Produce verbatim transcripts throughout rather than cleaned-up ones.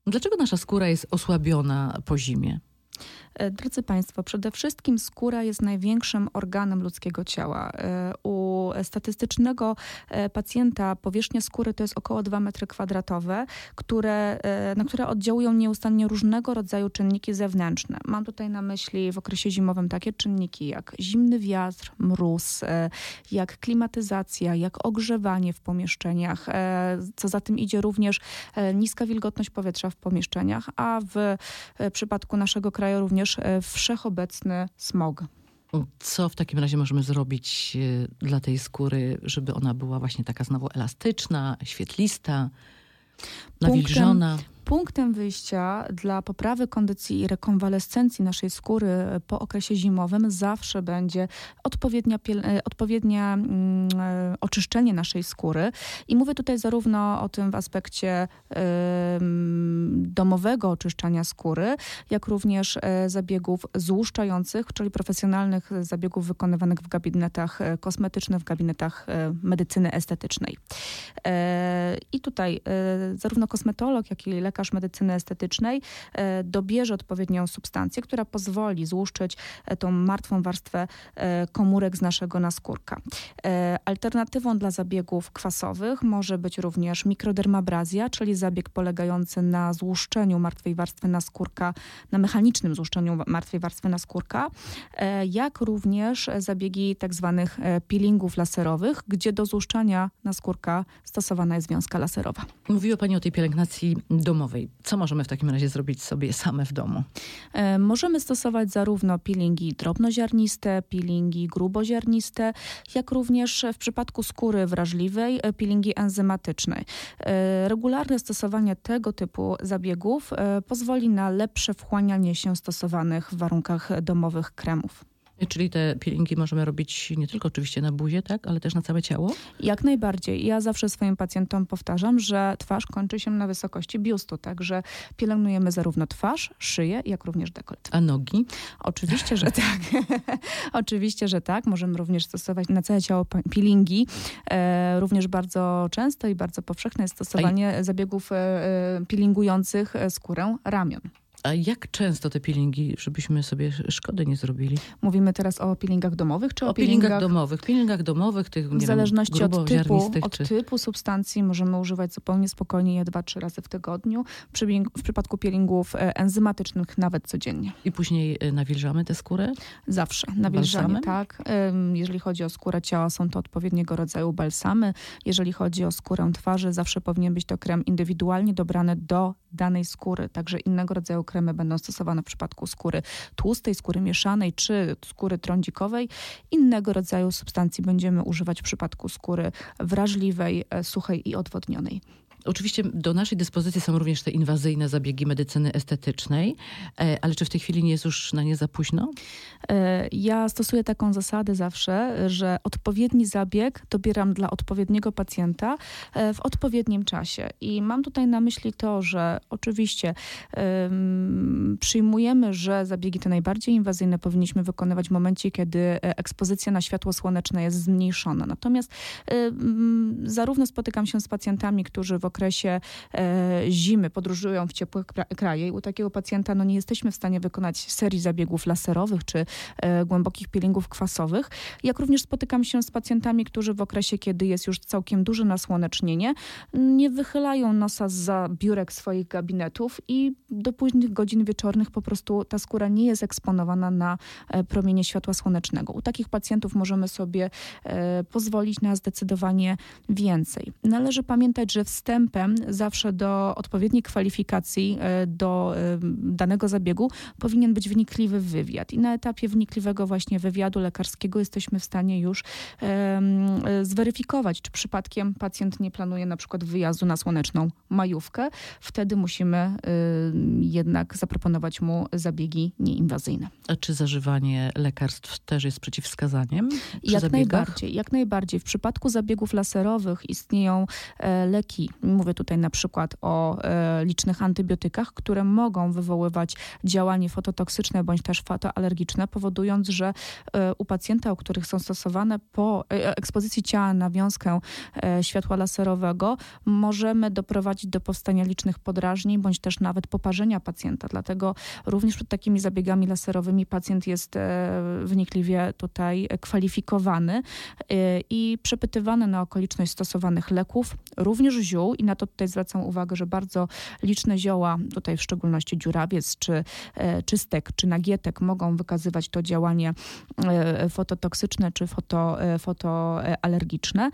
Dlaczego nasza skóra jest osłabiona po zimie? Drodzy Państwo, przede wszystkim skóra jest największym organem ludzkiego ciała. U statystycznego pacjenta powierzchnia skóry to jest około dwa metry kwadratowe, które, na które oddziałują nieustannie różnego rodzaju czynniki zewnętrzne. Mam tutaj na myśli w okresie zimowym takie czynniki jak zimny wiatr, mróz, jak klimatyzacja, jak ogrzewanie w pomieszczeniach, co za tym idzie również niska wilgotność powietrza w pomieszczeniach, a w przypadku naszego kraju również wszechobecny smog. Co w takim razie możemy zrobić dla tej skóry, żeby ona była właśnie taka znowu elastyczna, świetlista, nawilżona? Punktem, punktem wyjścia dla poprawy kondycji i rekonwalescencji naszej skóry po okresie zimowym zawsze będzie odpowiednia, odpowiednia mm, oczyszczenie naszej skóry. I mówię tutaj zarówno o tym w aspekcie y, domowego oczyszczania skóry, jak również y, zabiegów złuszczających, czyli profesjonalnych zabiegów wykonywanych w gabinetach kosmetycznych, w gabinetach y, medycyny estetycznej. Y, I tutaj y, zarówno kosmetolog, jak i lekarz medycyny estetycznej e, dobierze odpowiednią substancję, która pozwoli złuszczyć e, tą martwą warstwę e, komórek z naszego naskórka. E, alternatywą dla zabiegów kwasowych może być również mikrodermabrazja, czyli zabieg polegający na złuszczeniu martwej warstwy naskórka, na mechanicznym złuszczeniu martwej warstwy naskórka, e, jak również zabiegi tak zwanych e, peelingów laserowych, gdzie do złuszczania naskórka stosowana jest wiązka laserowa. Mówiła Pani o tej pielęgnacji domowej. Co możemy w takim razie zrobić sobie same w domu? E, możemy stosować zarówno peelingi drobnoziarniste, peelingi gruboziarniste, jak również w przypadku skóry wrażliwej peelingi enzymatyczne. E, regularne stosowanie tego typu zabiegów e, pozwoli na lepsze wchłanianie się stosowanych w warunkach domowych kremów. Czyli te peelingi możemy robić nie tylko oczywiście na buzię, tak, ale też na całe ciało? Jak najbardziej. Ja zawsze swoim pacjentom powtarzam, że twarz kończy się na wysokości biustu, także pielęgnujemy zarówno twarz, szyję, jak również dekolt. A nogi? Oczywiście, że tak. Oczywiście, że tak. Możemy również stosować na całe ciało peelingi. E, również bardzo często i bardzo powszechne jest stosowanie A... zabiegów e, peelingujących skórę ramion. A jak często te peelingi, żebyśmy sobie szkody nie zrobili? Mówimy teraz o peelingach domowych, czy o, o peelingach... peelingach domowych? Peelingach domowych, tych nie W zależności wiem, od, typu, czy... od typu substancji możemy używać zupełnie spokojnie je dwa, trzy razy w tygodniu. Przy, w przypadku peelingów enzymatycznych nawet codziennie. I później nawilżamy tę skórę? Zawsze. Nawilżamy, tak. Jeżeli chodzi o skórę ciała, są to odpowiedniego rodzaju balsamy. Jeżeli chodzi o skórę twarzy, zawsze powinien być to krem indywidualnie dobrany do danej skóry. Także innego rodzaju kremy będą stosowane w przypadku skóry tłustej, skóry mieszanej czy skóry trądzikowej. Innego rodzaju substancji będziemy używać w przypadku skóry wrażliwej, suchej i odwodnionej. Oczywiście do naszej dyspozycji są również te inwazyjne zabiegi medycyny estetycznej, ale czy w tej chwili nie jest już na nie za późno? Ja stosuję taką zasadę zawsze, że odpowiedni zabieg dobieram dla odpowiedniego pacjenta w odpowiednim czasie. I mam tutaj na myśli to, że oczywiście um, przyjmujemy, że zabiegi te najbardziej inwazyjne powinniśmy wykonywać w momencie, kiedy ekspozycja na światło słoneczne jest zmniejszona. Natomiast um, zarówno spotykam się z pacjentami, którzy w okresie e, zimy podróżują w ciepłe kraje i u takiego pacjenta no, nie jesteśmy w stanie wykonać serii zabiegów laserowych czy e, głębokich peelingów kwasowych. Jak również spotykam się z pacjentami, którzy w okresie, kiedy jest już całkiem duże nasłonecznienie, nie wychylają nosa zza biurek swoich gabinetów i do późnych godzin wieczornych po prostu ta skóra nie jest eksponowana na e, promienie światła słonecznego. U takich pacjentów możemy sobie e, pozwolić na zdecydowanie więcej. Należy pamiętać, że wstęp zawsze do odpowiedniej kwalifikacji do danego zabiegu powinien być wnikliwy wywiad. I na etapie wnikliwego właśnie wywiadu lekarskiego jesteśmy w stanie już um, zweryfikować, czy przypadkiem pacjent nie planuje na przykład wyjazdu na słoneczną majówkę. Wtedy musimy y, jednak zaproponować mu zabiegi nieinwazyjne. A czy zażywanie lekarstw też jest przeciwwskazaniem przy jak zabiegach? najbardziej, jak najbardziej. W przypadku zabiegów laserowych istnieją e, leki Mówię tutaj na przykład o licznych antybiotykach, które mogą wywoływać działanie fototoksyczne bądź też fotoalergiczne, powodując, że u pacjenta, u których są stosowane po ekspozycji ciała na wiązkę światła laserowego, możemy doprowadzić do powstania licznych podrażnień bądź też nawet poparzenia pacjenta. Dlatego również przed takimi zabiegami laserowymi pacjent jest wnikliwie tutaj kwalifikowany i przepytywany na okoliczność stosowanych leków, również ziół, i na to tutaj zwracam uwagę, że bardzo liczne zioła, tutaj w szczególności dziurawiec, czy czystek, czy nagietek mogą wykazywać to działanie fototoksyczne, czy foto, fotoalergiczne.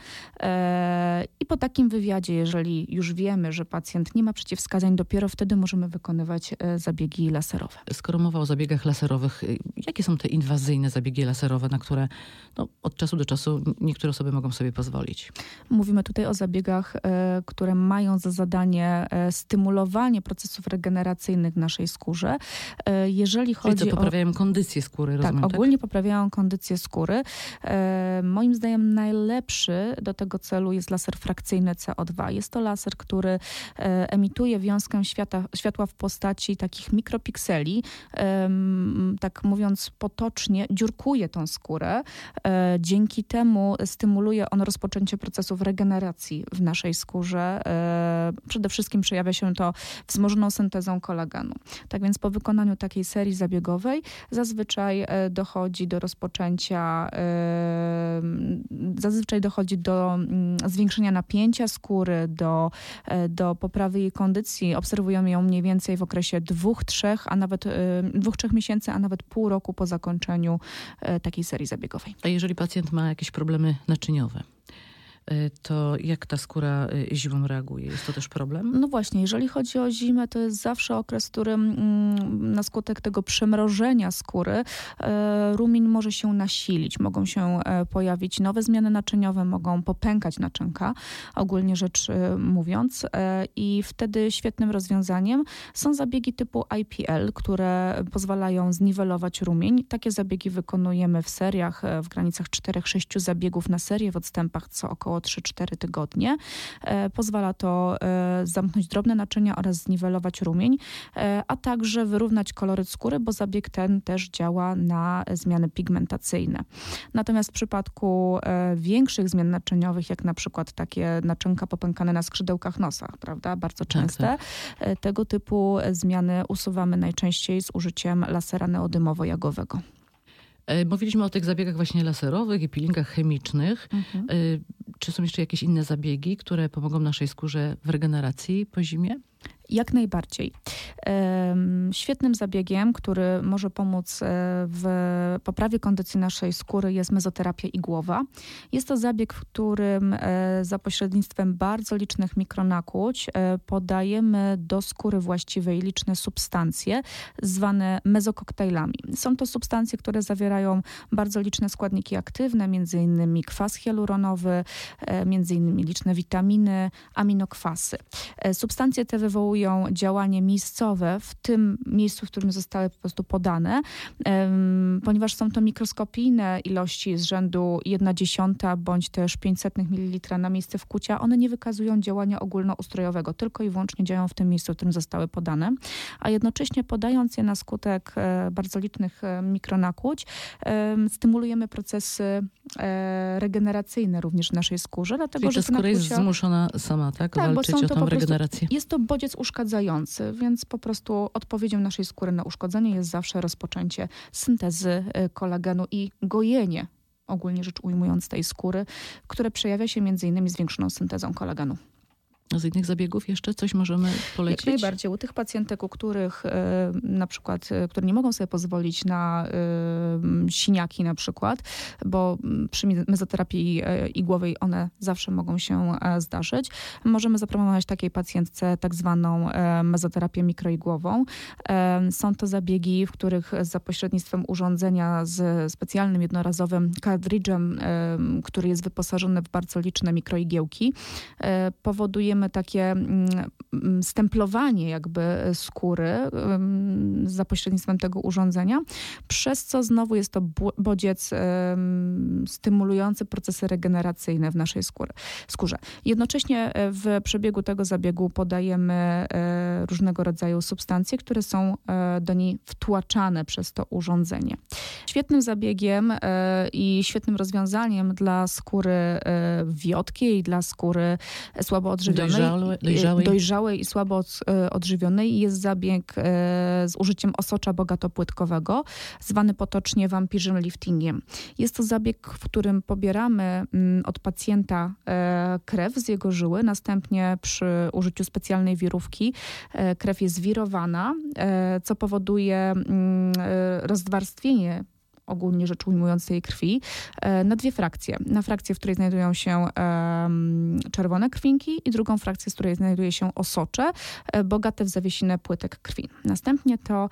I po takim wywiadzie, jeżeli już wiemy, że pacjent nie ma przeciwwskazań, dopiero wtedy możemy wykonywać zabiegi laserowe. Skoro mowa o zabiegach laserowych, jakie są te inwazyjne zabiegi laserowe, na które no, od czasu do czasu niektóre osoby mogą sobie pozwolić? Mówimy tutaj o zabiegach, które mają za zadanie stymulowanie procesów regeneracyjnych w naszej skórze. Jeżeli chodzi Czyli co, poprawiają o... kondycję skóry, rozumiem, tak? tak? Ogólnie poprawiają kondycję skóry. Moim zdaniem najlepszy do tego celu jest laser frakcyjny C O dwa. Jest to laser, który emituje wiązkę świata, światła w postaci takich mikropikseli. Tak mówiąc potocznie, dziurkuje tą skórę. Dzięki temu stymuluje on rozpoczęcie procesów regeneracji w naszej skórze. Przede wszystkim przejawia się to wzmożoną syntezą kolagenu. Tak więc po wykonaniu takiej serii zabiegowej zazwyczaj dochodzi do rozpoczęcia, zazwyczaj dochodzi do zwiększenia napięcia skóry, do, do poprawy jej kondycji. Obserwujemy ją mniej więcej w okresie dwóch, trzech, a nawet dwóch, trzech miesięcy, a nawet pół roku po zakończeniu takiej serii zabiegowej. A jeżeli pacjent ma jakieś problemy naczyniowe, to jak ta skóra zimą reaguje? Jest to też problem? No właśnie, jeżeli chodzi o zimę, to jest zawsze okres, w którym na skutek tego przemrożenia skóry rumień może się nasilić. Mogą się pojawić nowe zmiany naczyniowe, mogą popękać naczynka, ogólnie rzecz mówiąc. I wtedy świetnym rozwiązaniem są zabiegi typu I P L, które pozwalają zniwelować rumień. Takie zabiegi wykonujemy w seriach w granicach czterech sześciu zabiegów na serię w odstępach co około trzy cztery tygodnie. Pozwala to zamknąć drobne naczynia oraz zniwelować rumień, a także wyrównać koloryt skóry, bo zabieg ten też działa na zmiany pigmentacyjne. Natomiast w przypadku większych zmian naczyniowych, jak na przykład takie naczynka popękane na skrzydełkach nosa, prawda, bardzo częste, tak, tak. Tego typu zmiany usuwamy najczęściej z użyciem lasera neodymowo-jagowego. Mówiliśmy o tych zabiegach właśnie laserowych i peelingach chemicznych. Mhm. Czy są jeszcze jakieś inne zabiegi, które pomogą naszej skórze w regeneracji po zimie? Jak najbardziej. Świetnym zabiegiem, który może pomóc w poprawie kondycji naszej skóry, jest mezoterapia igłowa. Jest to zabieg, w którym za pośrednictwem bardzo licznych mikronakłuć podajemy do skóry właściwej liczne substancje zwane mezokoktajlami. Są to substancje, które zawierają bardzo liczne składniki aktywne, między innymi kwas hialuronowy, między innymi liczne witaminy, aminokwasy. Substancje te wywołują działanie miejscowe w tym miejscu, w którym zostały po prostu podane, ponieważ są to mikroskopijne ilości z rzędu jedna dziesiąta bądź też pięćset mililitrów na miejsce wkłucia, one nie wykazują działania ogólnoustrojowego, tylko i wyłącznie działają w tym miejscu, w którym zostały podane, a jednocześnie podając je na skutek bardzo licznych mikronakłuć, stymulujemy procesy regeneracyjne również w naszej skórze. Dlatego, Czyli że ta skóra nakłucia... jest zmuszona sama, tak? tak walczyć o tą regenerację? Jest to bodziec uszkadzający, więc po prostu odpowiedzią naszej skóry na uszkodzenie jest zawsze rozpoczęcie syntezy kolagenu i gojenie, ogólnie rzecz ujmując, tej skóry, które przejawia się między innymi zwiększoną syntezą kolagenu. Z innych zabiegów jeszcze coś możemy polecić? Jak najbardziej. U tych pacjentek, u których e, na przykład, e, które nie mogą sobie pozwolić na e, siniaki na przykład, bo przy mezoterapii e, igłowej one zawsze mogą się e, zdarzyć, możemy zaproponować takiej pacjentce tak zwaną e, mezoterapię mikroigłową. E, są to zabiegi, w których za pośrednictwem urządzenia z specjalnym jednorazowym kartridżem, e, który jest wyposażony w bardzo liczne mikroigiełki, e, powoduje stosujemy takie stemplowanie jakby skóry za pośrednictwem tego urządzenia, przez co znowu jest to bodziec stymulujący procesy regeneracyjne w naszej skóry, skórze. Jednocześnie w przebiegu tego zabiegu podajemy różnego rodzaju substancje, które są do niej wtłaczane przez to urządzenie. Świetnym zabiegiem i świetnym rozwiązaniem dla skóry wiotkiej, dla skóry słabo odżywionej, Dojrzałe, dojrzałej. dojrzałej i słabo odżywionej jest zabieg z użyciem osocza bogatopłytkowego, zwany potocznie vampirzym liftingiem. Jest to zabieg, w którym pobieramy od pacjenta krew z jego żyły, następnie przy użyciu specjalnej wirówki krew jest wirowana, co powoduje rozwarstwienie, ogólnie rzecz ujmując, tej krwi, na dwie frakcje. Na frakcję, w której znajdują się um, czerwone krwinki i drugą frakcję, w której znajduje się osocze, bogate w zawiesinę płytek krwi. Następnie to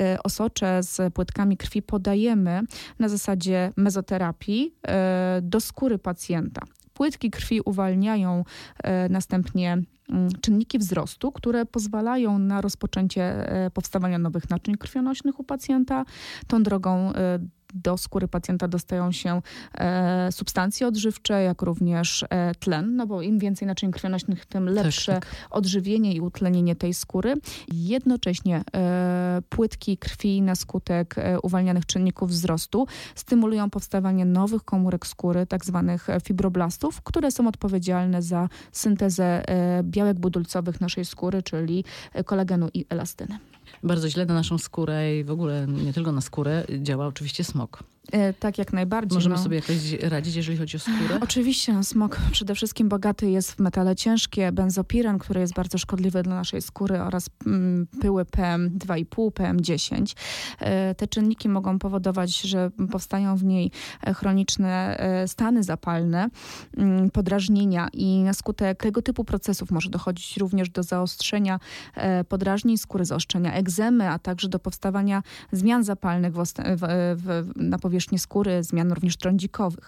osocze z płytkami krwi podajemy na zasadzie mezoterapii do skóry pacjenta. Płytki krwi uwalniają e, następnie m, czynniki wzrostu, które pozwalają na rozpoczęcie e, powstawania nowych naczyń krwionośnych u pacjenta. Tą drogą e, do skóry pacjenta dostają się e, substancje odżywcze, jak również e, tlen, no bo im więcej naczyń krwionośnych, tym lepsze tak. odżywienie i utlenienie tej skóry. Jednocześnie e, płytki krwi na skutek e, uwalnianych czynników wzrostu stymulują powstawanie nowych komórek skóry, tak zwanych fibroblastów, które są odpowiedzialne za syntezę e, białek budulcowych naszej skóry, czyli kolagenu i elastyny. Bardzo źle na naszą skórę i w ogóle nie tylko na skórę działa oczywiście smog. E, tak, jak najbardziej. Możemy no. sobie jakoś radzić, jeżeli chodzi o skórę? Oczywiście, no, smog przede wszystkim bogaty jest w metale ciężkie, benzopiren, który jest bardzo szkodliwy dla naszej skóry, oraz mm, pyły P M dwa i pół, P M dziesięć. E, te czynniki mogą powodować, że powstają w niej chroniczne e, stany zapalne, m, podrażnienia i na skutek tego typu procesów może dochodzić również do zaostrzenia e, podrażnień skóry, zaostrzenia egzemy, a także do powstawania zmian zapalnych w, w, w, na powierzchni skóry, zmian również trądzikowych.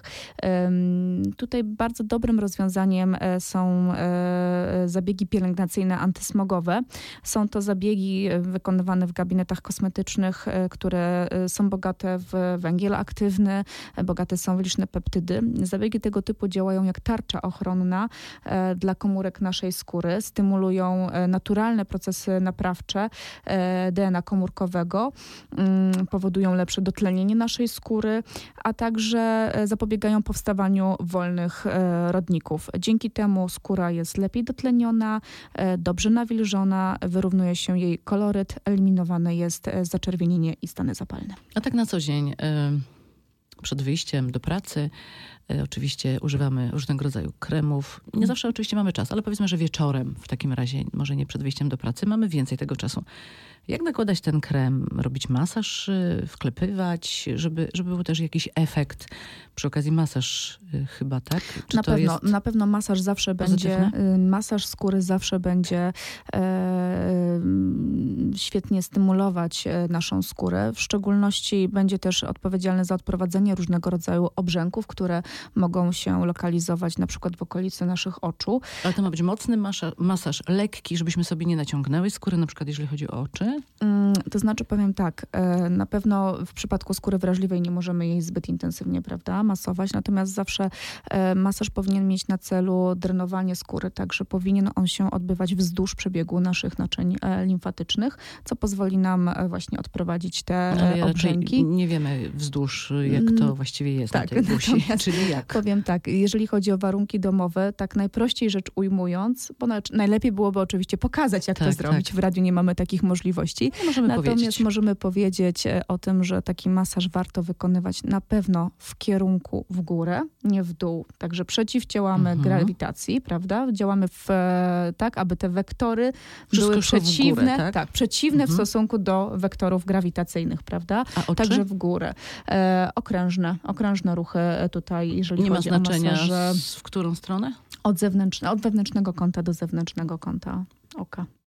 Tutaj bardzo dobrym rozwiązaniem są zabiegi pielęgnacyjne antysmogowe. Są to zabiegi wykonywane w gabinetach kosmetycznych, które są bogate w węgiel aktywny, bogate są w liczne peptydy. Zabiegi tego typu działają jak tarcza ochronna dla komórek naszej skóry, stymulują naturalne procesy naprawcze D N A komórkowego, powodują lepsze dotlenienie naszej skóry, a także zapobiegają powstawaniu wolnych rodników. Dzięki temu skóra jest lepiej dotleniona, dobrze nawilżona, wyrównuje się jej koloryt, eliminowane jest zaczerwienienie i stany zapalne. A tak na co dzień, przed wyjściem do pracy, oczywiście używamy różnego rodzaju kremów. Nie zawsze oczywiście mamy czas, ale powiedzmy, że wieczorem w takim razie, może nie przed wyjściem do pracy, mamy więcej tego czasu. Jak nakładać ten krem? Robić masaż, wklepywać, żeby, żeby był też jakiś efekt? Przy okazji masaż chyba, tak? Czy na, to pewno, jest na pewno masaż zawsze pozytywne? będzie, masaż skóry zawsze będzie e, świetnie stymulować naszą skórę. W szczególności będzie też odpowiedzialny za odprowadzenie różnego rodzaju obrzęków, które mogą się lokalizować na przykład w okolicy naszych oczu. Ale to ma być mocny masaż, masaż lekki, żebyśmy sobie nie naciągnęły skóry, na przykład jeżeli chodzi o oczy? To znaczy, powiem tak, na pewno w przypadku skóry wrażliwej nie możemy jej zbyt intensywnie, prawda, masować, natomiast zawsze masaż powinien mieć na celu drenowanie skóry, także powinien on się odbywać wzdłuż przebiegu naszych naczyń limfatycznych, co pozwoli nam właśnie odprowadzić te Ale obrzęki. Nie wiemy wzdłuż, jak to właściwie jest tak, na tej buzi, czyli jak? Powiem tak, jeżeli chodzi o warunki domowe, tak najprościej rzecz ujmując, bo najlepiej byłoby oczywiście pokazać, jak tak, to zrobić. Tak. W radiu nie mamy takich możliwości. No, możemy Natomiast powiedzieć. możemy powiedzieć o tym, że taki masaż warto wykonywać na pewno w kierunku w górę, nie w dół. Także przeciwdziałamy mhm. grawitacji, prawda? Działamy w, tak, aby te wektory Wszystko były przeciwne, w górę, tak? tak, przeciwne mhm. w stosunku do wektorów grawitacyjnych, prawda? A oczy? Także w górę. E, okrężne, okrężne ruchy tutaj, jeżeli nie chodzi ma znaczenia, o masaże. w którą stronę? Od zewnętrzne, od wewnętrznego kąta do zewnętrznego kąta oka.